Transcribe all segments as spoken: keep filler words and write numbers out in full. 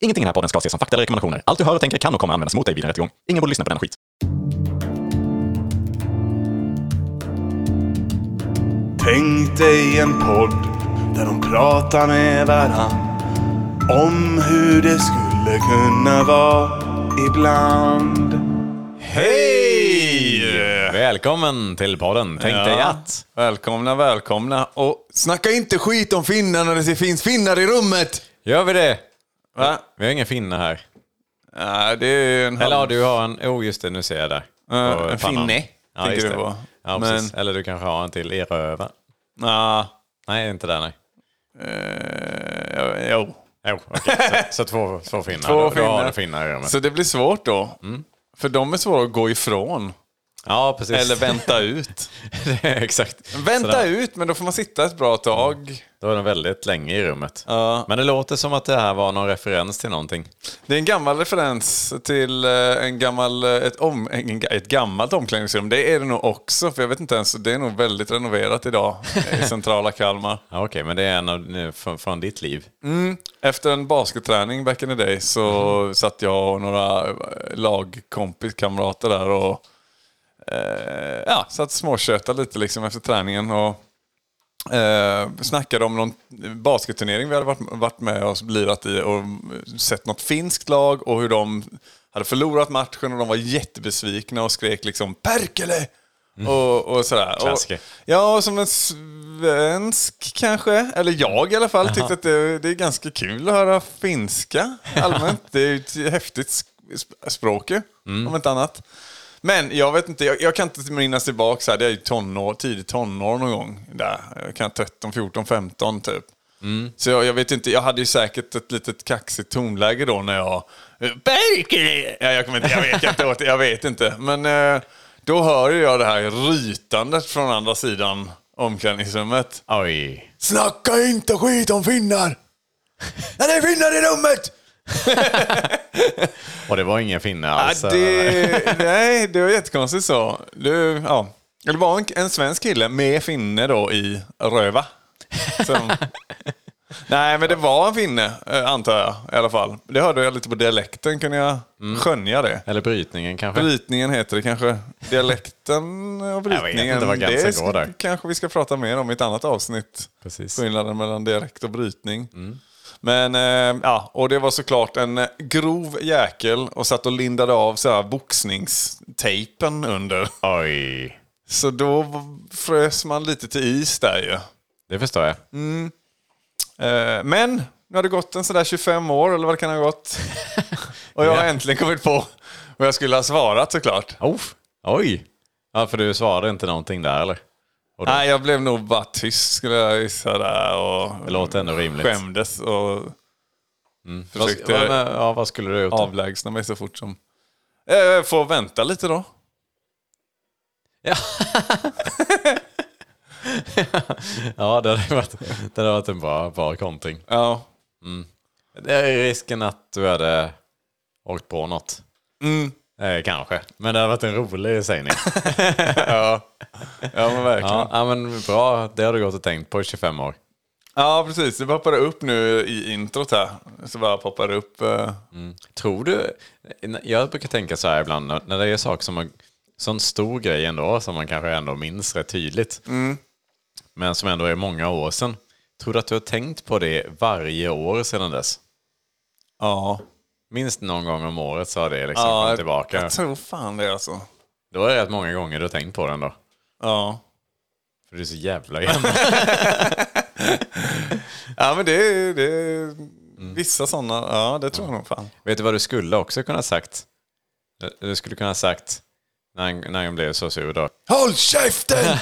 Ingenting i den här podden ska ses som fakta eller rekommendationer. Allt du hör och tänker kan och kommer användas mot dig vid en rättegång. Ingen borde lyssna på den skit. Tänk dig en podd där de pratar med varann om hur det skulle kunna vara ibland. Hej! Välkommen till podden. Tänk Ja. dig att. Välkomna, välkomna. Och snacka inte skit om finnar när det finns finnar i rummet. Gör vi det? Va? Vi har ingen finne här. Nej, det är en Eller ja, halv... du har en... Oh, just det, nu ser jag där. Uh, På en pannan. finne, Ja, tänker just du det. på. Ja, Men- precis. Eller du kanske har en till i röven. Nah, Nej, inte där, nej. uh, jo. Jo, okej. Så, så två, två finnar. Två Då- Då har finnar. du finnar i rummet. Så det blir svårt då. För de är svåra att gå ifrån. Ja, precis. Eller vänta ut. Det är exakt. Vänta Sådär. ut, men då får man sitta ett bra tag. Då är den väldigt länge i rummet. Ja. Men det låter som att det här var någon referens till någonting. Det är en gammal referens till eh, en gammal, eh, ett, om, en, ett gammalt omklädningsrum. Det är det nog också, för jag vet inte ens, det är nog väldigt renoverat idag i centrala Kalmar. Ja, okej, men det är en av, nu, från, från ditt liv. Efter en basketträning back in the day så mm. satt jag och några lagkompiskamrater där och eh, ja, satt småköta lite liksom efter träningen och Eh, snackade om någon basketturnering vi hade varit, varit med och lirat i och sett något finskt lag och hur de hade förlorat matchen och de var jättebesvikna och skrek liksom Perkele! Mm. Och, och sådär. Klassiker. Och, ja, som en svensk kanske, eller jag i alla fall, tyckte att det, det är ganska kul att höra finska allmänt. Det är ju ett häftigt sp- språk mm. om inte annat. Men jag vet inte, jag, jag kan inte minnas tillbaka så här, det är ju tonår, tidigt tonår någon gång där. Jag kan tretton, fjorton, femton typ. Mm. Så jag, jag vet inte, jag hade ju säkert ett litet kaxigt tonläge då när jag Berkeley! Ja, jag kommer inte, jag vet jag inte, åt, jag vet inte. Men eh, då hör jag det här rytandet från andra sidan omklädningsrummet. Oj. Snacka inte skit om finnar! När det är finnar i rummet! Och det var ingen finne alls. Ja, det, nej, det var jättekonstigt så. Det, ja. Det var en, en svensk kille med finne då i röva. Som, nej, men det var en finne, antar jag i alla fall. Det hörde jag lite på dialekten, kunde jag mm. skönja det. Eller brytningen kanske. Brytningen heter det kanske. Dialekten och brytningen. Jag vet inte vad gränsen det går där. Kanske vi ska prata mer om i ett annat avsnitt. Precis. Skillnaden mellan dialekt och brytning. Mm. Men eh, ja, och det var såklart en grov jäkel och satt och lindade av så här boxningstejpen under. Oj. Så då frös man lite till is där ju. Det förstår jag. Mm. Eh, men nu har det gått en sådär tjugofem år eller vad det kan ha gått. Och jag har äntligen kommit på vad jag skulle ha svarat såklart. Oh. Oj. Ja, för du svarade inte någonting där eller? Och då... Nej, jag blev nog bara tyst skulle jag gissa där. Och det låter ändå rimligt. Skämdes och mm. försökte vad, vad, ja, vad skulle du gjort? avlägsna mig så fort som... Eh, får vänta lite då. Ja. Ja, det hade varit, det hade varit en bra, bra kontring. Ja. Mm. Det är risken att du hade åkt på något. Mm. Eh, kanske. Men det hade varit en rolig sägning. Ja. Ja, men verkligen. Ja, ja, men bra. Det har du gått och tänkt på i tjugofem år. Ja, precis. Det poppar upp nu i introt här. Så bara poppar upp... Uh... Mm. Tror du... Jag brukar tänka så här ibland när det är saker som är sån stor grej ändå som man kanske ändå minns rätt tydligt. Mm. Men som ändå är många år sedan. Tror du att du har tänkt på det varje år sedan dess? Ja. Minst någon gång om året så har det liksom Ja, kommit tillbaka. Jag tror fan det alltså. Då är det rätt många gånger du har tänkt på den då. Ja. För du är så jävla gammal. Ja, men det är, det är mm. vissa sådana. Ja, det tror jag nog fan. Vet du vad du skulle också kunna sagt? Du skulle kunna sagt när han, när han blev så sur då. Håll käften!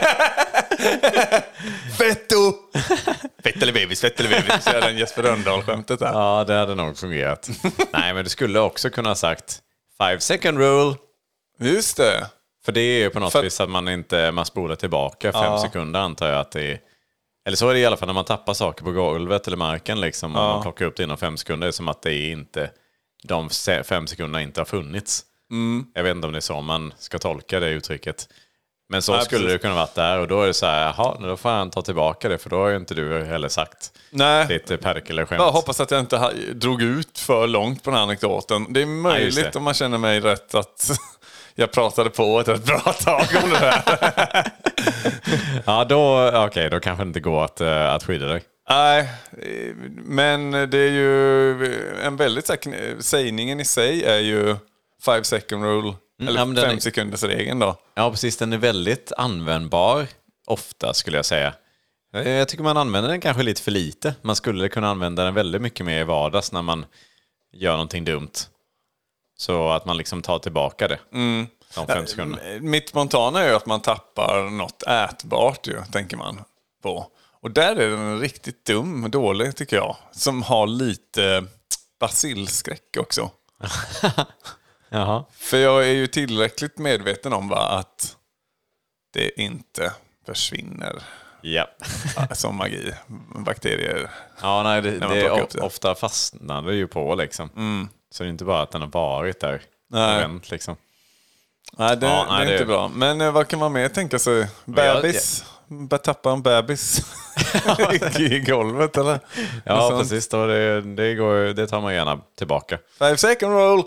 Fetto! Fett eller bebis, fett eller bebis. Så är den Jesper Rönndahl-skämtet där. Ja, det hade nog fungerat. Nej, men du skulle också kunna sagt five second rule. Just det. För det är ju på något För... vis att man inte man spolar tillbaka fem ja. sekunder antar jag att det är. Eller så är det i alla fall när man tappar saker på golvet eller marken liksom. Ja. Och man plockar upp det inom fem sekunder. Det är som att det är inte de fem sekunderna inte har funnits. Mm. Jag vet inte om det är så man ska tolka det uttrycket. Men så Nej, skulle precis. det kunna varit där och då är det så här, jaha, då får han ta tillbaka det för då har ju inte du heller sagt Nej. lite perkele-skämt. Jag hoppas att jag inte ha, drog ut för långt på den här anekdoten. Det är möjligt Ja, det. om man känner mig rätt att jag pratade på ett rätt bra tag om det här. Ja, då, okej, okay, då kanske det inte går att, uh, att skydda dig. Nej, men det är ju en väldigt säker, sägningen i sig är ju five second rule. Eller ja, fem är, sekunders regeln då. Ja, precis. Den är väldigt användbar ofta skulle jag säga. Jag tycker man använder den kanske lite för lite. Man skulle kunna använda den väldigt mycket mer i vardags när man gör någonting dumt. Så att man liksom tar tillbaka det. Mm. De fem sekunderna. Mitt spontana är ju att man tappar något ätbart ju, tänker man på. Och där är den riktigt dum, dålig tycker jag. Som har lite basilskräck också. Jaha. För jag är ju tillräckligt medveten om va, att det inte försvinner Ja. som magi. Bakterier. Ja, nej, det, man det plockar är upp det. ofta fastnar det ju på liksom. Mm. Så det är inte bara att den har varit där. Nej. Vänt, liksom. Nej, det, Ja, det nej, är det- inte bra. Men eh, vad kan man mer tänka sig? Bebis? Bara tappa en bebis i golvet eller? Ja, Något sånt. precis. Då det, det, går, det tar man gärna tillbaka. Five second roll.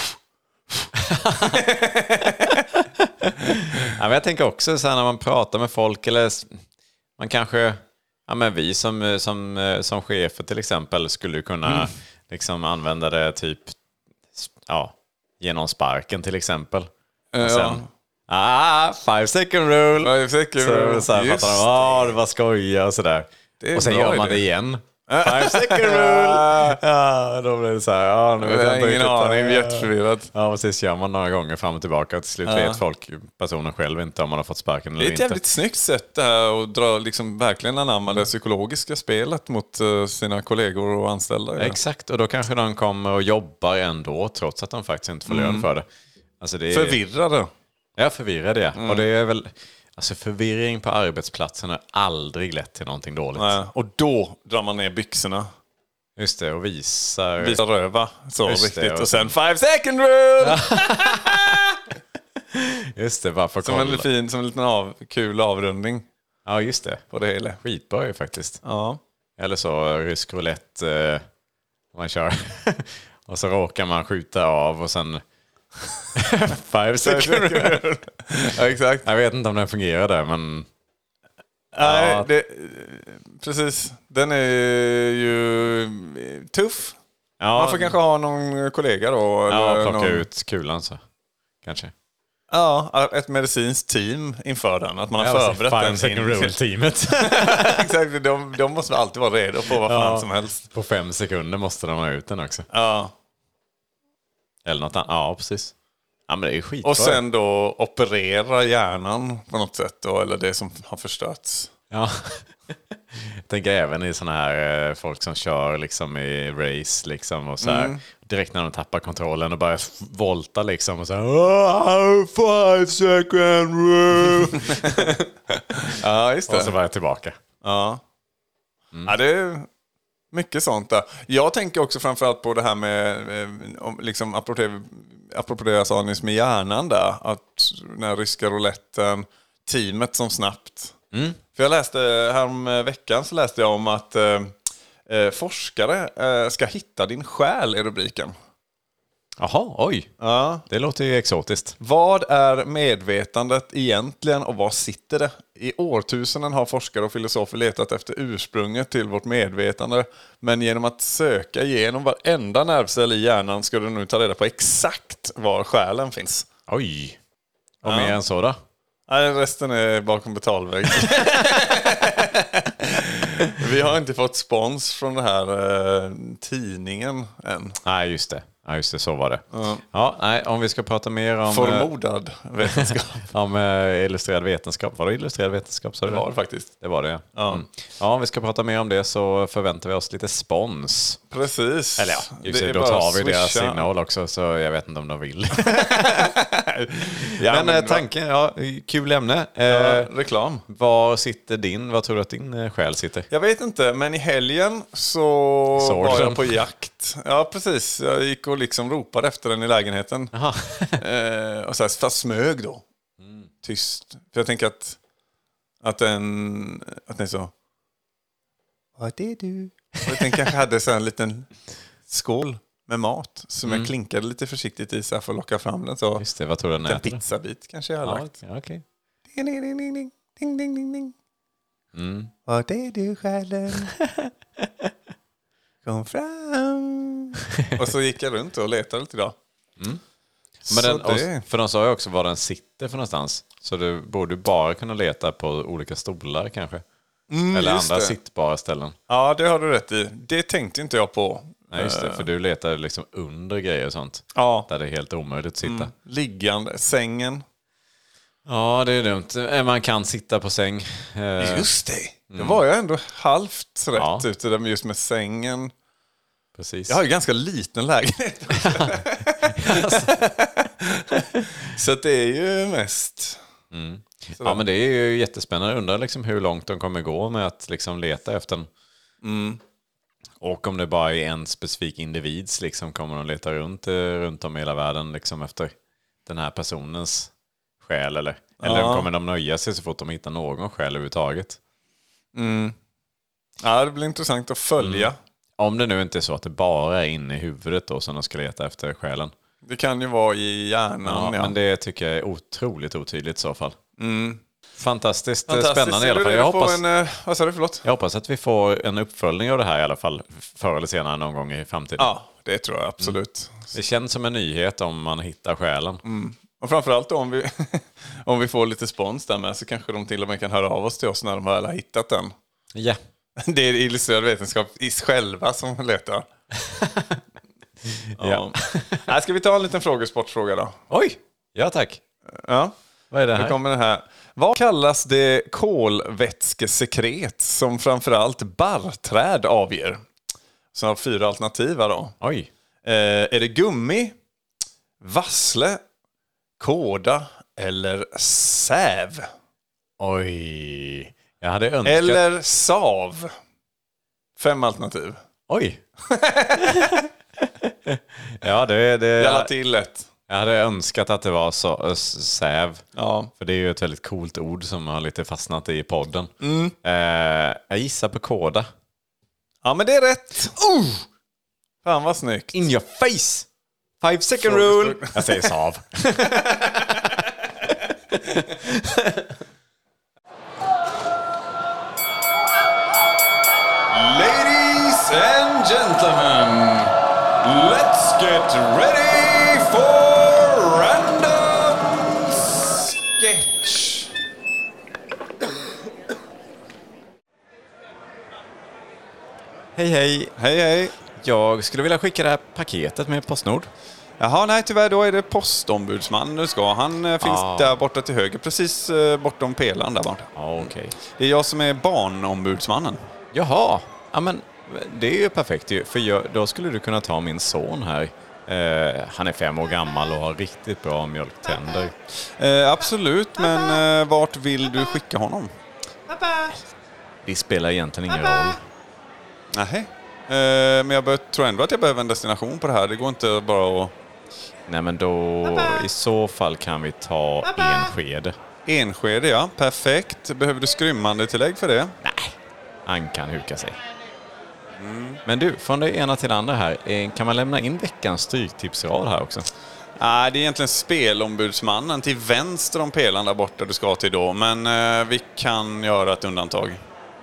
Ja, men jag tänker också så här när man pratar med folk eller s- man kanske, ja men vi som, som, som chefer till exempel skulle kunna Mm. liksom använda det typ, ja, genom sparken till exempel. Ja. Och sen, ah, five second rule. Five second Så, rule. så här Just fattar de, ja det var skoja och sådär. Det är Och sen bra gör man idé. det igen. Five second rule. Ja, då blir det så här, ja nu vet Jag jag har inte ingen riktigt. aning, jag är jätteförvirrad. Ja, precis. Gör man några gånger fram och tillbaka. Till slut Ja. vet folk, personen själv inte om man har fått sparken Det eller är ett inte. jävligt snyggt sätt det här att dra, liksom, verkligen anamma det psykologiska spelet mot uh, sina kollegor och anställda. Ja. Exakt, och då kanske de kommer och jobbar ändå trots att de faktiskt inte får lön för det. Alltså det är... Förvirrade. Ja, förvirrade ja. Mm. Och det är väl... Alltså förvirring på arbetsplatsen har aldrig lett till någonting dåligt. Nej, och då drar man ner byxorna. Just det, och visar... Visa röva. Så Just det, riktigt. och Och sen five second rule! Just det, bara för att Som kolla. en fin, som en liten av, kul avrundning Ja, just det. på det hela. Skitbra ju faktiskt. Ja. Eller så rysk roulette eh, man kör. Och så råkar man skjuta av och sen... Five second rule. Ja, exakt. Jag vet inte om den fungerar där, men... Nej, Ja. det, precis. Den är ju tuff. Ja, Man får kanske ha någon kollega då. ja, eller plocka någon, ut kulan så. Kanske. Ja, ett medicinskt team inför den. Att man har Ja, förberett five den. second rule-teamet. Exakt, de, de måste alltid vara redo på vad fan Ja. som helst. På fem sekunder måste de ha ut den också. Ja. Eller något annat. Ja, precis. Ja, men det är skitbra. Och sen då operera hjärnan på något sätt då, eller det som har förstörts. Ja. Jag tänker även i såna här eh, folk som kör liksom i race liksom och så här. Mm. Direkt när de tappar kontrollen och börjar f- volta liksom och så här, "Oh, five second rule." Ja, just det. Och så var jag tillbaka. Ja. Mm. Ja, det är mycket sånt där. Jag tänker också framförallt på det här med, eh, om- liksom, apropå det- apropå det jag sa nyss med hjärnan där, att den här ryska rouletten, teamet som snabbt. Mm. För jag läste, här veckan så läste jag om att eh, eh, forskare eh, ska hitta din själ i rubriken. Jaha, oj. Ja. Det låter ju exotiskt. Vad är medvetandet egentligen och var sitter det? I årtusenden har forskare och filosofer letat efter ursprunget till vårt medvetande. Men genom att söka igenom varenda nervcell i hjärnan ska du nu ta reda på exakt var själen finns. Oj. Och Ja. mer än så då? Nej, resten är bakom betalvägg. Vi har inte fått spons från den här eh, tidningen än. Nej, just det. Ja, just det, så var det. Ja, nej, om vi ska prata mer om... Förmodad vetenskap. Om eh, illustrerad vetenskap. Var det illustrerad vetenskap? Så Det var det faktiskt. Det var det, ja. Ja. Mm. Ja, om vi ska prata mer om det så förväntar vi oss lite spons. Precis. Eller ja, i och för sig, Det är då bara tar att vi deras swisha. innehåll också, så jag vet inte om de vill. Ja, men men eh, tanken, ja, kul ämne. Eh, Ja, reklam. Var sitter din, vad tror du att din eh, själ sitter? Jag vet inte, men i helgen så Såg var den? jag på jakt. Ja, precis. Jag gick och liksom ropade efter den i lägenheten. Jaha. eh, och så här, fast smög då. tyst. För jag tänker att att den att den är så. Vad är du? Och jag tänker kanske hade så en liten skål med mat som mm. jag klinkade lite försiktigt i så här för att locka fram den så. Just det, vad tror du den är? En pizzabit kanske jag har ja, lagt. Ja, okej. Ding ding ding ding ding ding ding ding. Mm. Vad är du själen? Kom fram. Och så gick jag runt och letade lite idag. Mm. Men den, det... För de sa ju också var den sitter för någonstans. Så du borde bara kunna leta på olika stolar kanske. Mm, eller andra det. Sittbara ställen. Ja, det har du rätt i. Det tänkte inte jag på. Nej, just det. För du letar liksom under grejer och sånt. Ja. Där det är helt omöjligt att sitta. Mm. Liggande, sängen. Ja, det är dumt. Man kan sitta på säng. Just det. Mm. Då var jag ändå halvt rätt ja. Ute där med just med sängen. Precis. Jag har ju ganska liten lägenhet. Så att det är ju mest... Mm. Ja, men det är ju jättespännande. Undrar liksom hur långt de kommer gå med att liksom leta efter den. Mm. Och om det bara är en specifik individs liksom kommer de leta runt runt om i hela världen liksom efter den här personens själ eller eller ja. Kommer de nöja sig så fort de hittar någon själ överhuvudtaget. Mm. Ja, det blir intressant att följa. Mm. Om det nu inte är så att det bara är inne i huvudet då som de ska leta efter själen. Det kan ju vara i hjärnan. Ja, ja. Men det tycker jag är otroligt otydligt i så fall. Mm. Fantastiskt, Fantastiskt spännande i alla fall. Jag hoppas, en, vad sa du, förlåt? Jag hoppas att vi får en uppföljning av det här i alla fall förr eller senare någon gång i framtiden. Ja, det tror jag absolut. Mm. Det känns som en nyhet om man hittar själen. Mm. Och framförallt då, om vi, om vi får lite spons där med så kanske de till och med kan höra av oss till oss när de väl har hittat den. Ja. Yeah. Det är illustrerad vetenskap i själva som letar. Ja. Ja. Ska vi ta en liten frågesportfråga då? Oj, ja tack. Ja. Vad är det här? Nu kommer den här. Vad kallas det kolvätskesekret som framförallt barrträd avger? Så har fyra alternativa då. Oj. Eh, är det gummi, vassle, kåda eller säv? Oj. Jag hade önskat... Eller sav. Fem alternativ. Oj. Ja, det... det... Jag la till ett. Jag hade önskat att det var så, säv. Ja. För det är ju ett väldigt coolt ord som har lite fastnat i podden. Mm. Eh, jag gissar på kåda. Ja, men det är rätt. Uh! Fan vad snyggt. In your face. Five second rule. Jag säger sav. Ladies and gentlemen, let's get ready for random sketch. Hej hej. Hej hej. Jag skulle vilja skicka det här paketet med Postnord. Jaha, nej tyvärr, då är det postombudsman nu ska. Han eh, finns ah. där borta till höger, precis eh, bortom pelaren där borta. Ja, okej. Okay. Det är jag som är barnombudsmannen. Jaha, ja men det är ju perfekt ju, för jag, då skulle du kunna ta min son här. Eh, han är fem år gammal och har riktigt bra mjölktänder. Eh, absolut, men eh, vart vill du skicka honom? Pappa. Det spelar egentligen ingen Pappa. roll. Nej. Men jag bör, tror ändå att jag behöver en destination på det här. Det går inte bara att... Nej, men då Pappa. I så fall kan vi ta Pappa. Enskede. Enskede, ja. Perfekt. Behöver du skrymmande tillägg för det? Nej, han kan huka sig. Mm. Men du, från det ena till det andra här. Kan man lämna in veckans stryktipsrad här också? Nej, det är egentligen spelombudsmannen till vänster om pelaren där borta du ska till då. Men eh, vi kan göra ett undantag.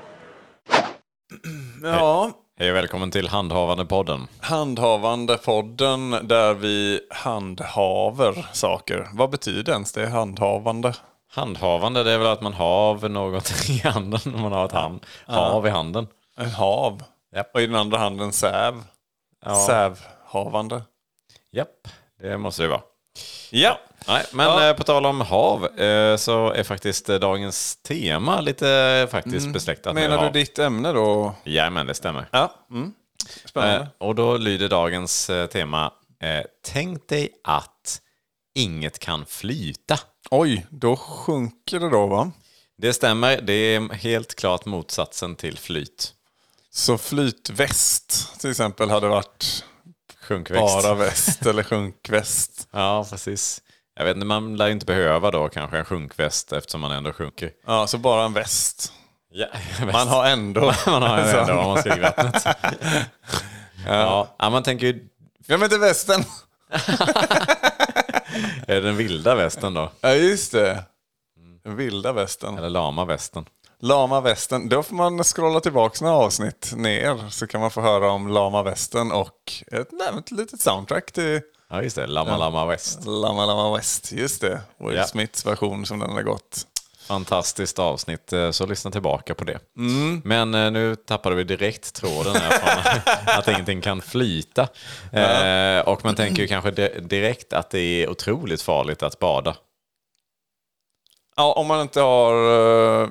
Ja... Hej och välkommen till Handhavandepodden. Handhavandepodden där vi handhaver saker. Vad betyder ens det, handhavande? Handhavande, det är väl att man har något i handen när man har ett hand. Hav i handen. En hav. Japp. Och i den andra handen säv. Ja. Sävhavande. Japp, det måste det vara. Ja. Nej, men ja. På tal om hav så är faktiskt dagens tema lite faktiskt mm. besläktat med Menar hav. du ditt ämne då? Ja, men det stämmer. Ja. Mm. Spännande. Eh, och då lyder dagens eh, tema eh, tänk dig att inget kan flyta. Oj, då sjunker det då, va? Det stämmer, det är helt klart motsatsen till flyt. Så flytväst till exempel hade varit sjunkväxt. Bara väst eller sjunkväst. Ja, precis. Jag vet inte, man lär inte behöva då kanske en sjunkväst eftersom man ändå sjunker. Ja, så bara en väst. Ja, Man har ändå... man har ändå om man ska i vattnet. ja. ja, man tänker ju... Vem heter västen? Är det den vilda västen då? Ja, just det. Den vilda västen. Eller lama västen? Lama västen. Då får man scrolla tillbaka några avsnitt ner. Så kan man få höra om Lama västen och ett, ett litet soundtrack till Ja, just det. Lama Lama West. Lama Lama West. Just det. Will Ja. Smiths version som den har gått. Fantastiskt avsnitt, så lyssna tillbaka på det. Mm. Men eh, nu tappade vi direkt tråden här från att ingenting kan flyta. Eh, och man tänker ju kanske di- direkt att det är otroligt farligt att bada. Ja, om man inte har uh,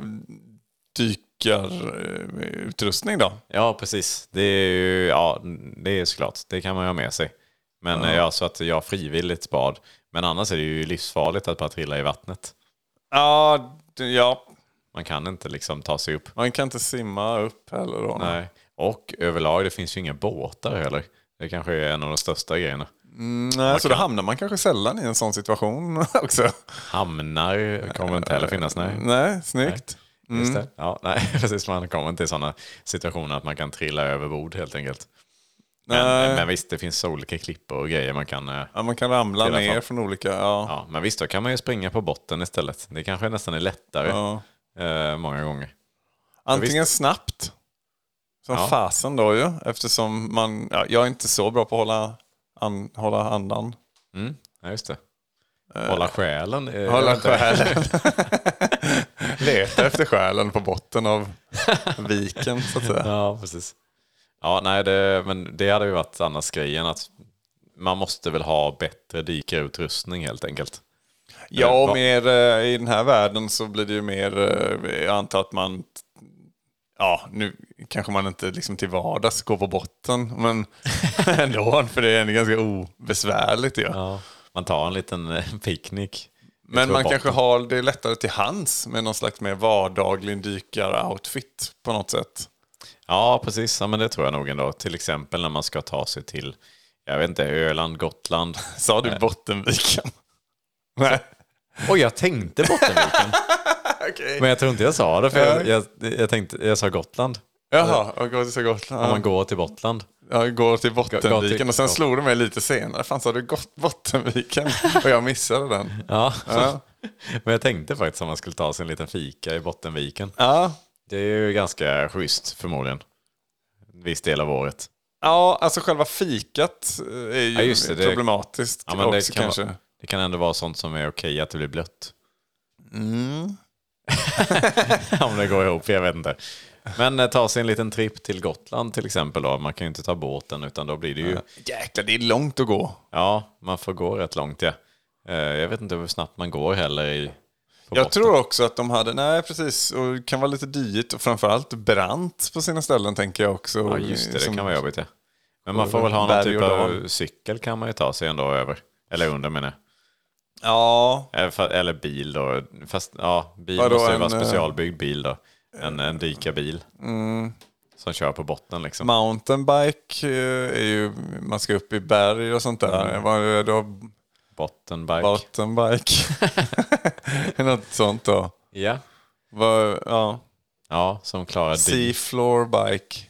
dykarutrustning då. Ja, precis. Det är ju, ja, det är såklart. Det kan man ju ha med sig. Men ja. Ja, så att jag frivilligt bad. Men annars är det ju livsfarligt att bara trilla i vattnet. Ja, det- ja. Man kan inte liksom ta sig upp. Man kan inte simma upp heller då. Nej. Och överlag, det finns ju inga båtar heller. Det kanske är en av de största grejerna. Mm, nej, så då hamnar man kanske sällan i en sån situation också. Hamnar kommer inte heller finnas, nej. Nej, snyggt. Just det. Ja, nej, precis. Man kommer inte i sådana situationer att man kan trilla över bord helt enkelt. Men, Nej. men visst, det finns olika klippor och grejer man kan... eh, Ja, man kan ramla Trilla ner fram. från olika... Ja. Ja, men visst, då kan man ju springa på botten istället. Det kanske nästan är lättare Ja. eh, många gånger. Antingen snabbt, som Ja. fasen då ju, eftersom man... Ja, jag är inte så bra på att hålla, an, hålla andan. Mm, ja, just det. Hålla själen. eh, Hålla jag vet inte. själen. Leta efter själen på botten av viken, så att säga. Ja, precis. Ja, nej, det, men det hade ju varit annars grejen att man måste väl ha bättre dykarutrustning helt enkelt. Ja, Va- och mer eh, i den här världen så blir det ju mer... Eh, jag antar att man... Ja, nu kanske man inte liksom till vardags går på botten, men ändå, för det är ändå ganska obesvärligt ju. Ja. Ja, man tar en liten eh, picknick. Men på man botten. kanske har det lättare till hands med någon slags mer vardaglig dykar-outfit på något sätt. Ja, precis. Ja, men det tror jag nog ändå. Till exempel när man ska ta sig till, jag vet inte, Öland, Gotland. Sa du Bottenviken? Nej. Och jag tänkte Bottenviken. Okej. Men jag tror inte jag sa det, för jag, jag, jag tänkte, jag sa Gotland. Jaha, och går till så Gotland. Om man går till Gotland. Jag går till Gå- gå Bottenviken till- och sen slog det mig lite senare. Fan, sa du gott Bottenviken? Och jag missade den. Ja. Ja. Men jag tänkte faktiskt om man skulle ta sig en liten fika i Bottenviken. Ja. Det är ju ganska schysst förmodligen. En viss del av året. Ja, alltså själva fikat är ju Ja, just det, det- problematiskt Ja, men det också kan, kanske. vara, det kan ändå vara sånt som är okej att det blir blött. Mm. Om det går ihop, jag vet inte. Men eh, ta sig en liten tripp till Gotland till exempel då. Man kan ju inte ta båten utan då blir det ju... Jäklar, det är långt att gå. Ja, man får gå rätt långt, ja. Eh, Jag vet inte hur snabbt man går heller i... på Jag botten. tror också att de hade, nej precis, och det kan vara lite dyrt och framförallt brant på sina ställen tänker jag också. Ja, just det, det Som- kan vara jobbigt, ja. Men man får väl ha någon berg typ och av dal. cykel kan man ju ta sig ändå över. Eller under menar jag. Ja, Eller fa- Eller bil då. Fast ja, bil Vadå, måste ju vara en, eh, specialbyggd bil då. En, en dykarbil. Som kör på botten liksom. mountainbike eh, är ju, man ska upp i berg och sånt där. Vad är det då? Bottenbike. Bottenbike. Något sånt då. Ja. Vad, ja. Ja, som klarar dyk. Seafloor bike.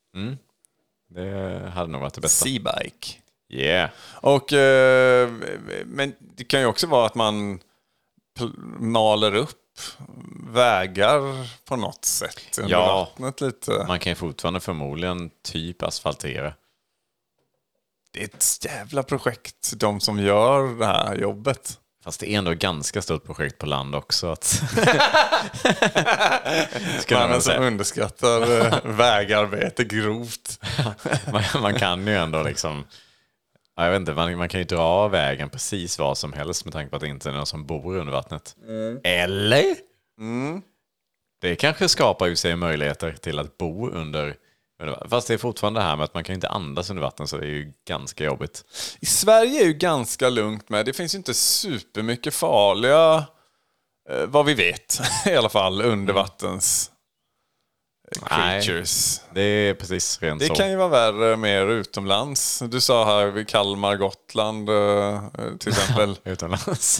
Det hade nog varit det bästa. Seabike. Yeah. Och, eh, men det kan ju också vara att man pl- maler upp vägar på något sätt under Ja. vattnet lite. Man kan ju fortfarande förmodligen typ asfaltera. Det är ett jävla projekt, de som gör det här jobbet. Fast det är ändå ett ganska stort projekt på land också. Att... Skulle man Mannen som säga. underskattar eh, vägarbete grovt. man, man kan ju ändå liksom... Ja, jag vet inte, man, man kan ju dra vägen precis vad som helst med tanke på att det inte är någon som bor under vattnet. Eller? Det kanske skapar ju sig möjligheter till att bo under, under vattnet. Fast det är fortfarande det här med att man kan inte andas under vatten, så det är ju ganska jobbigt. I Sverige är ju ganska lugnt med. Det finns ju inte supermycket farliga, eh, vad vi vet i alla fall, undervattens creatures. Nej, det är precis rent Det så. kan ju vara värre mer utomlands. Du sa här vid Kalmar, Gotland till exempel. Utomlands.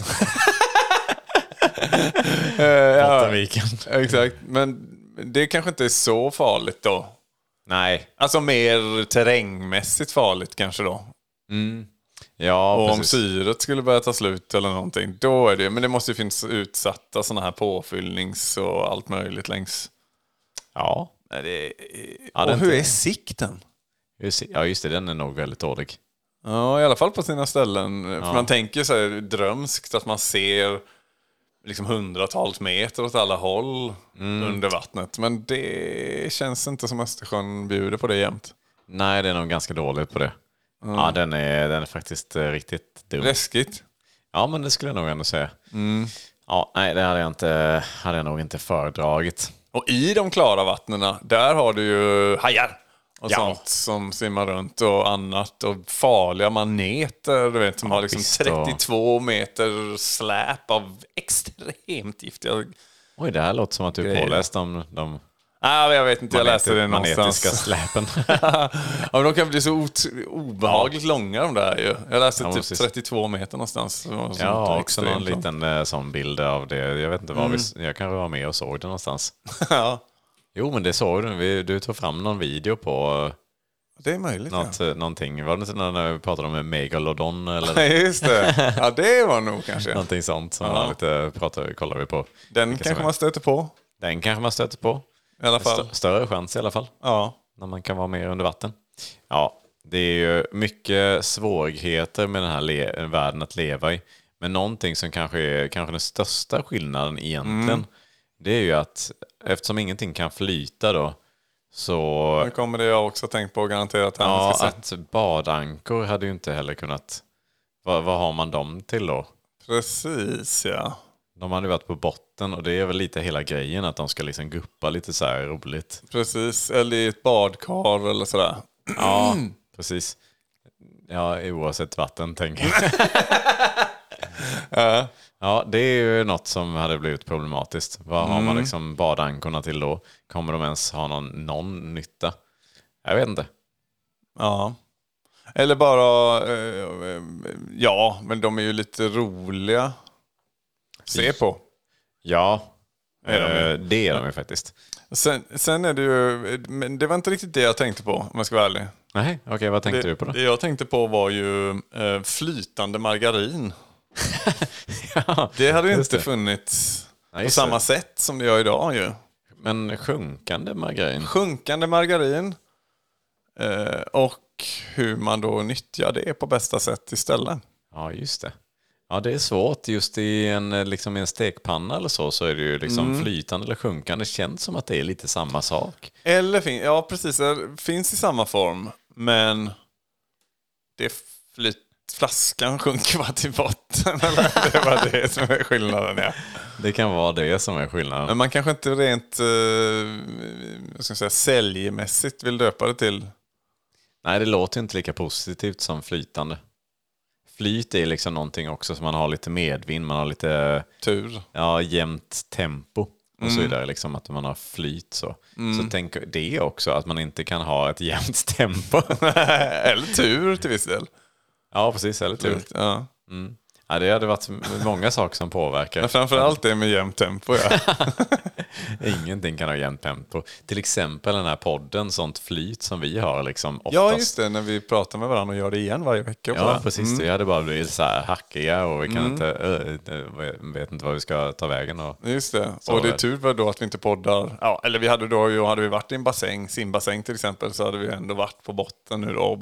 ja, Bottenviken. exakt. Men det kanske inte är så farligt då. Nej. Alltså mer terrängmässigt farligt kanske då. Mm. Ja, Och precis. om syret skulle börja ta slut eller någonting, då är det. Men det måste ju finnas utsatta sådana här påfyllnings och allt möjligt längs. Ja. Nej, det är... Ja, och det är hur inte- är sikten? Ja, just det. Den är nog väldigt dålig. Ja, i alla fall på sina ställen. För man tänker så här drömskt att man ser liksom hundratals meter åt alla håll under vattnet. Men det känns inte som Östersjön bjuder på det jämt. Nej, det är nog ganska dåligt på det. Ja, den är, den är faktiskt eh, riktigt dum. Läskigt. Ja, men det skulle jag nog ändå säga. Ja, nej, det hade jag, inte, hade jag nog inte föredragit. Och i de klara vattnena, där har du ju hajar och Ja. sånt som simmar runt och annat. Och farliga maneter, du vet, som har liksom visst, och- trettiotvå meter släp av extremt giftiga... Oj, det här låter som att du är Grejer. påläst om de Ah, jag vet inte, jag läste det manetiska någonstans. släpen. Ja, men de kan bli så ot- obehagligt långa de där ju. Jag läste Ja, typ precis. trettiotvå meter någonstans. Så- sånt Jag har där också någon extremt långt. liten eh, sån bild av det. Jag vet inte var vi... Jag kanske var med och såg det någonstans. Ja, Jo, men det såg du. Vi, du tog fram någon video på det är möjligt. något, eh, någonting. Var det inte när vi pratade om Megalodon eller Ja. Just det. Ja, det var nog kanske. någonting sånt som Ja. var lite pratade, kollade vi på. Den Vilka kanske som är- man stöter på Den kanske man stöter på. i alla fall. Stö- större chans i alla fall. Ja. När man kan vara mer under vatten. Ja, det är ju mycket svårigheter med den här le- världen att leva i. Men någonting som kanske är kanske den största skillnaden egentligen. Mm. Det är ju att eftersom ingenting kan flyta då. Så Nu kommer det jag också tänkt på garanterat här. ja, Ja, ska se. att badankor hade ju inte heller kunnat... Vad, vad har man dem till då? Precis, ja. De hade ju varit på botten och det är väl lite hela grejen att de ska liksom guppa lite så här roligt. Precis. Eller i ett badkar eller sådär. Ja, precis. Ja, oavsett vatten tänker jag. Ja. Ja, det är ju något som hade blivit problematiskt. Vad har Mm. man liksom badankorna till då? Kommer de ens ha någon, någon nytta? Jag vet inte. Ja. Eller bara... eh, ja, men de är ju lite roliga. Se på. Ja, Är de ju. eh, det är de ju faktiskt. Sen, sen är det ju... Men det var inte riktigt det jag tänkte på, om jag ska vara ärlig. Nej, okej, vad tänkte Det, du på då? det jag tänkte på var ju eh, flytande margarin. Ja, Det hade ju just inte det. funnits Ja, på just samma det. sätt som det gör idag ju. Men sjunkande margarin? Sjunkande margarin. Eh, och hur man då nyttjar det på bästa sätt istället. Ja, just det. Ja, det är svårt. Just i en, eh, liksom i en stekpanna eller så, så är det ju liksom Mm. flytande eller sjunkande. Det känns som att det är lite samma sak. Eller fin- ja, precis. Det finns i samma form. Men det flyt- flaskan sjunker bara till botten. Eller det var det som är skillnaden. Ja. Det kan vara det som är skillnaden. Men man kanske inte rent eh, vad ska jag säga, säljmässigt vill döpa det till. Nej, det låter inte lika positivt som flytande. Flyt är liksom någonting också som man har lite medvind, man har lite Tur. ja, jämnt tempo och Mm. så vidare. Liksom att man har flyt så. Så tänk det också, att man inte kan ha ett jämnt tempo. Eller tur till viss del. Ja, precis. Eller tur. Ja. Ja, det hade varit många saker som påverkar. Men framförallt det med jämnt tempo. Ja. Ingenting kan ha jämnt tempo. Till exempel den här podden, sånt flyt som vi har liksom oftast. Ja, just det. När vi pratar med varandra och gör det igen varje vecka. Ja, bara. precis. Vi hade bara blivit så här hackiga och vi kan Mm. inte, äh, äh, vet inte vad vi ska ta vägen. Och... Just det. Så och det är är- tur då att vi inte poddar. Ja, eller vi hade då ju, hade vi varit i en bassäng, simbassäng till exempel, så hade vi ändå varit på botten nu då.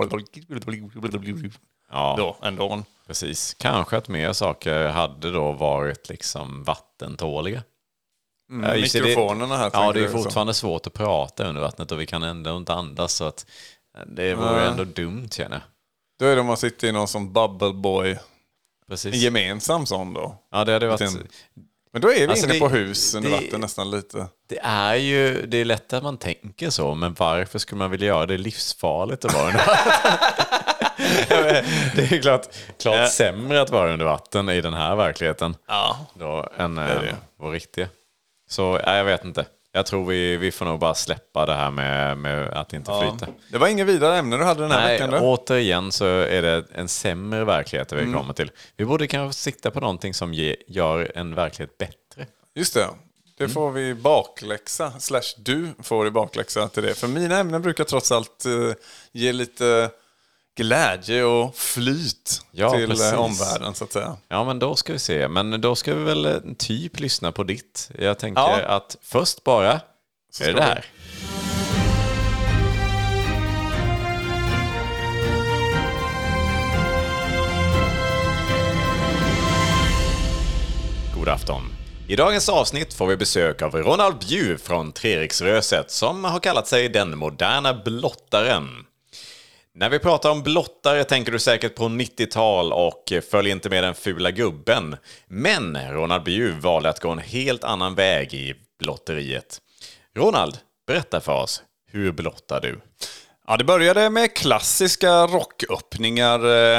Ja, Då, ändå. precis. Kanske att mer saker hade då varit liksom vattentåliga. Ja, just det, det- Mikrofonerna här. Ja, tänker det är du, så. fortfarande svårt att prata under vattnet och vi kan ändå inte andas, så att det vore Nej. ändå dumt, känner jag. Då är det om man sitter i någon som bubble boy. En Precis. gemensam sån då. Ja, det hade varit... Liten- Men då är vi Alltså, inne det- på hus under det- vatten nästan lite. Det är ju, det är lätt att man tänker så, men varför skulle man vilja göra det livsfarligt att vara under vatten? Det är klart, klart Ja. sämre att vara under vatten i den här verkligheten Ja. då, än är äh, det. vår riktiga. Så ja, jag vet inte. Jag tror vi, vi får nog bara släppa det här med, med att inte Ja. flyta. Det var inga vidare ämnen du hade den här Nej, veckan. Då. återigen så är det en sämre verklighet vi mm. kommer till. Vi borde kanske sikta på någonting som ge, gör en verklighet bättre. Just det. Det får mm. vi bakläxa. Slash du får i bakläxa till det. För mina ämnen brukar trots allt uh, ge lite glädje och flyt ja, till precis. omvärlden så att säga. Ja, men då ska vi se. Men då ska vi väl typ lyssna på ditt. Jag tänker ja. att först bara så är det, det här. God afton. I dagens avsnitt får vi besök av Ronald Bjuv från Treriksröset som har kallat sig den moderna blottaren. När vi pratar om blottare tänker du säkert på nittiotal och följ inte med den fula gubben. Men Ronald Bjuv valde att gå en helt annan väg i blotteriet. Ronald, berätta för oss, hur blottar du? Ja, det började med klassiska rocköppningar.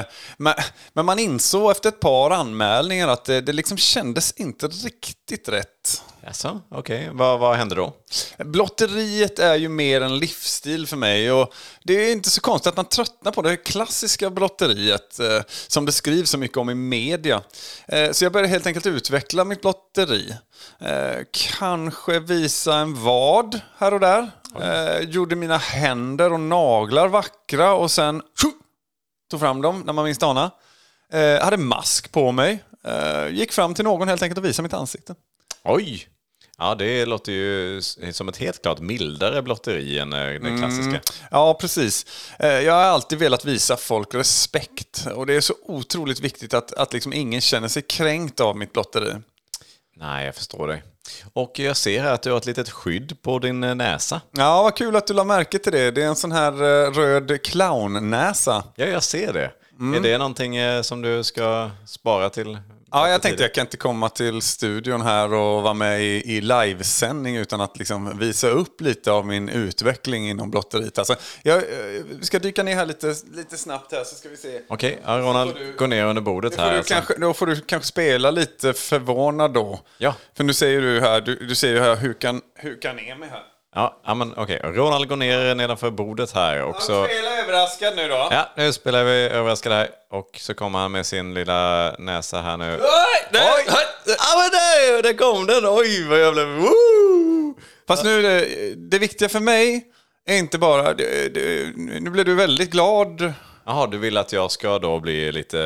Men man insåg efter ett par anmälningar att det, det liksom kändes inte riktigt rätt. Jaså, okej. Okay. Vad, vad hände då? Blotteriet är ju mer en livsstil för mig. Och det är inte så konstigt att man tröttnar på det klassiska blotteriet eh, som det skrivs så mycket om i media. Eh, så jag började helt enkelt utveckla mitt blotteri. Eh, kanske visa en vad här och där. Eh, gjorde mina händer och naglar vackra och sen tju, tog fram dem när man minst ana. Eh, hade mask på mig. Eh, gick fram till någon helt enkelt och visade mitt ansikte. Oj! Ja, det låter ju som ett helt klart mildare blotteri än den klassiska. Mm. Ja, precis. Jag har alltid velat visa folk respekt. Och det är så otroligt viktigt att, att liksom ingen känner sig kränkt av mitt blotteri. Nej, jag förstår dig. Och jag ser här att du har ett litet skydd på din näsa. Ja, vad kul att du la märke till det. Det är en sån här röd clownnäsa. Ja, jag ser det. Mm. Är det någonting som du ska spara till? Ja, jag tänkte jag kan inte komma till studion här och vara med i, i livesändning utan att liksom visa upp lite av min utveckling inom blotteriet. Alltså, jag, vi ska dyka ner här lite, lite snabbt här så ska vi se. Okej, okay, Ronald, du, gå ner under bordet här. Alltså. Kanske, då får du kanske spela lite förvånad då. Ja. För nu säger du här, du, du säger här, hur kan, hur kan ner mig här? Ja, men okej. Okay. Ronald går ner nedanför bordet här. Och så... Han spelar överraskad nu då. Ja, nu spelar vi överraskad här. Och så kommer han med sin lilla näsa här nu. Oj! Oj! Ja, men där, där kom den. Oj, vad jag blev... Woo! Fast nu, det, det viktiga för mig är inte bara... Det, det, nu blev du väldigt glad. Jaha, du vill att jag ska då bli lite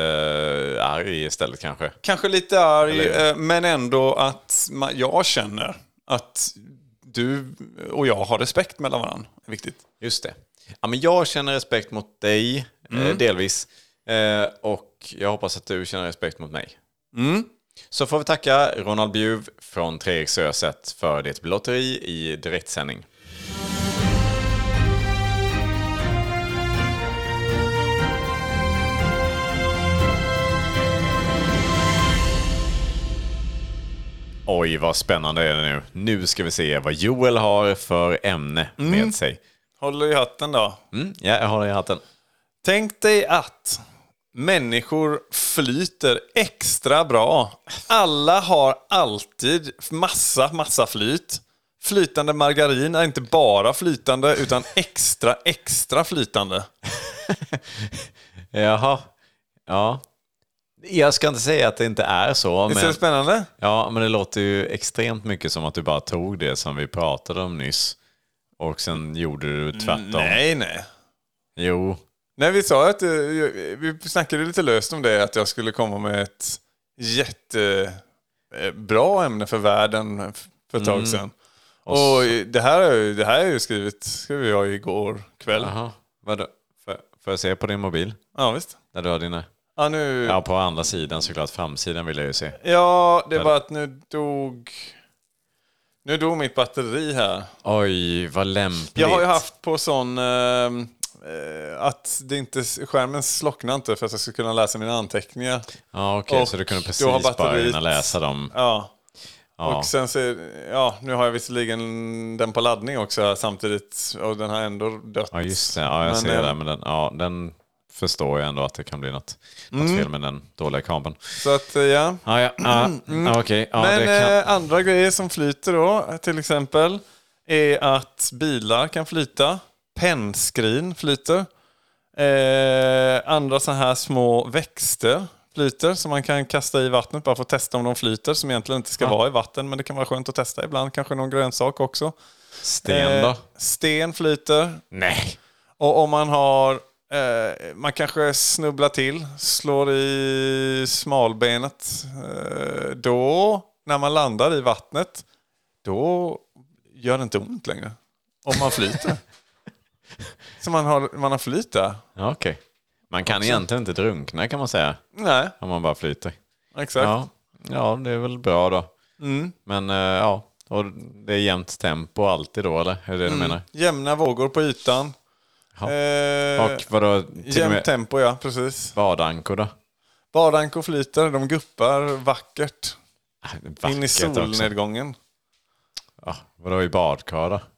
arg istället kanske? Kanske lite arg, Eller... men ändå att jag känner att... du och jag har respekt mellan varandra. Det är viktigt. Just det. Ja, men jag känner respekt mot dig, mm. eh, delvis. Eh, och jag hoppas att du känner respekt mot mig. Mm. Så får vi tacka Ronald Bjuv från Treriksröset för ditt blotteri i direktsändning. Oj, vad spännande är det nu. Nu ska vi se vad Joel har för ämne med mm. sig. Håller i hatten då. Mm, ja, jag håller i hatten. Tänk dig att människor flyter extra bra. Alla har alltid massa, massa flyt. Flytande margarin är inte bara flytande utan extra, extra flytande. Jaha, ja. Jag ska inte säga att det inte är så. Visst är det spännande? Ja, men det låter ju extremt mycket som att du bara tog det som vi pratade om nyss. Och sen gjorde du tvärtom. Nej, nej. Jo. Nej, vi sa att vi snackade lite löst om det. Att jag skulle komma med ett jättebra ämne för världen för ett tag mm. sedan. Och, och det här är det här är ju skrivit skrev jag igår kväll. Jaha, vadå? Får, får jag se på din mobil? Ja, visst. Där du har dina... Ja, nu... ja, på andra sidan såklart. Framsidan vill jag ju se. Ja, det är bara att nu dog... Nu dog mitt batteri här. Oj, vad lämpligt. Jag har ju haft på sån... Eh, att det inte, skärmen slocknar inte för att jag ska kunna läsa mina anteckningar. Ja, okej. Okay, så du kunde precis bara kunna läsa dem. Ja. Ja. Och sen så... Ja, nu har jag visserligen den på laddning också samtidigt. Och den har ändå dött. Ja, just det. Ja, jag men, ser det. Men den... Ja, den... förstår jag ändå att det kan bli något, något mm. fel med den dåliga kabeln. Så att, ja. Ah, ja. Ah, mm. ah, okay. ah, Men det kan... eh, andra grejer som flyter då, till exempel är att bilar kan flyta. Pennskrin flyter. Eh, andra så här små växter flyter som man kan kasta i vattnet bara för att testa om de flyter, som egentligen inte ska ja. vara i vatten, men det kan vara skönt att testa ibland. Kanske någon grönsak också. Sten då? Eh, sten flyter. Nej. Och om man har eh, man kanske snubblar till, slår i smalbenet, eh, då när man landar i vattnet, då gör det inte ont längre. Om man flyter. Så man har, man har flyt där. Okej. Okay. Man kan också egentligen inte drunkna, kan man säga. Nej. Om man bara flyter. Exakt. Ja, ja det är väl bra då. Mm. Men uh, ja, och det är jämnt tempo alltid då, eller? Är det det mm. du menar? Jämna vågor på ytan. Ja. Eh, och vadå? Jämnt med tempo, ja, precis. Badankor då? Badankor flyter, de guppar vackert. Vackert in i solnedgången. Också. Ja, vadå i badkar då?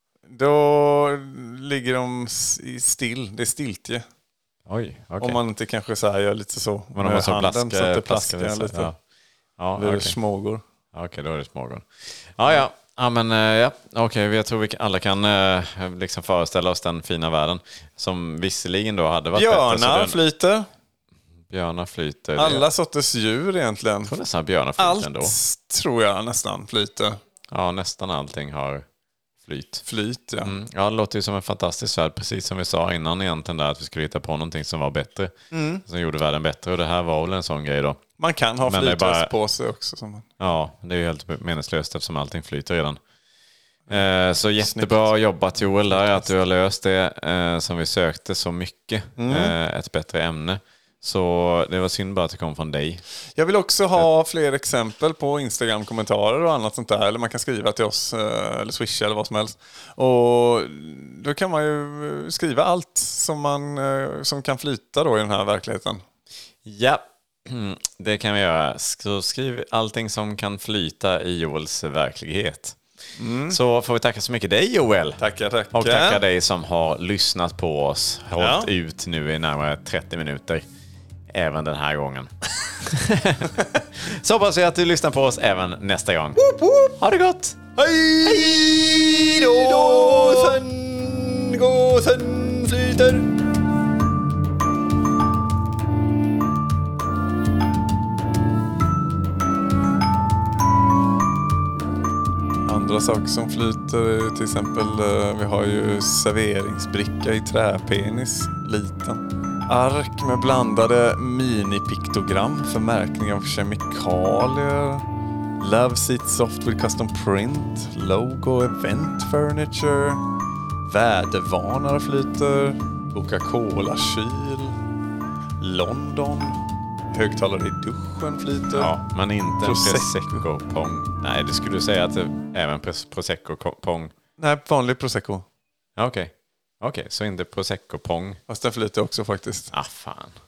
Då ligger de still. Det är stiltje. Oj, okay. Om man inte kanske så här gör lite så med handen plaska, så att det plaskar lite. lite. Ja. Ja, det är okay. smågor. Okej, okay, då är det smågor. Ja, ja. Ja, men ja. Okej, okay, jag tror vi alla kan eh, liksom föreställa oss den fina världen som visserligen då hade varit björnar bättre. Björnar flyter. Björnar flyter. Alla sorters djur egentligen. Jag tror nästan björnar flyter allt ändå. Tror jag nästan flyter. Ja, nästan allting har flyt. Flyt, ja. Mm. Ja, det låter ju som en fantastisk värld, precis som vi sa innan egentligen där, att vi skulle hitta på någonting som var bättre. Mm. Som gjorde världen bättre, och det här var väl en sån grej då. Man kan ha flytväst bara på sig också. Som man... Ja, det är ju helt meningslöst eftersom allting flyter redan. Eh, så jättebra Snyggt. jobbat Joel där, att du har löst det eh, som vi sökte så mycket. Mm. Eh, ett bättre ämne. Så det var synd bara att det kom från dig. Jag vill också ha fler exempel på Instagram-kommentarer och annat sånt där. Eller man kan skriva till oss eller swisha eller vad som helst. Och då kan man ju skriva allt som, man, som kan flyta då i den här verkligheten. Ja, det kan vi göra. Så skriv allting som kan flyta i Joels verklighet. Mm. Så får vi tacka så mycket dig Joel. Tackar, tackar. Och tacka dig som har lyssnat på oss. Hållit ja. ut nu i närmare trettio minuter. Även den här gången. Så hoppas jag att du lyssnar på oss även nästa gång. Woop, woop. Ha det gott! Hej! Hej då! Sen gå, sen flyter. Andra saker som flyter, till exempel vi har ju serveringsbricka i träpenis, liten. Ark med blandade minipiktogram för märkning av kemikalier. Love Seat Soft with Custom Print. Logo Event Furniture. Vädervarnare flyter. Coca-Cola-kyl. London. Högtalare i duschen flyter. Ja, men inte Prosecco-pong. Nej, det skulle du säga att det även Prosecco-pong. Nej, vanlig Prosecco. Okej. Okay. Okej, okay, så inte Prosecco-pong. Fast den flyter också faktiskt. Ah, fan.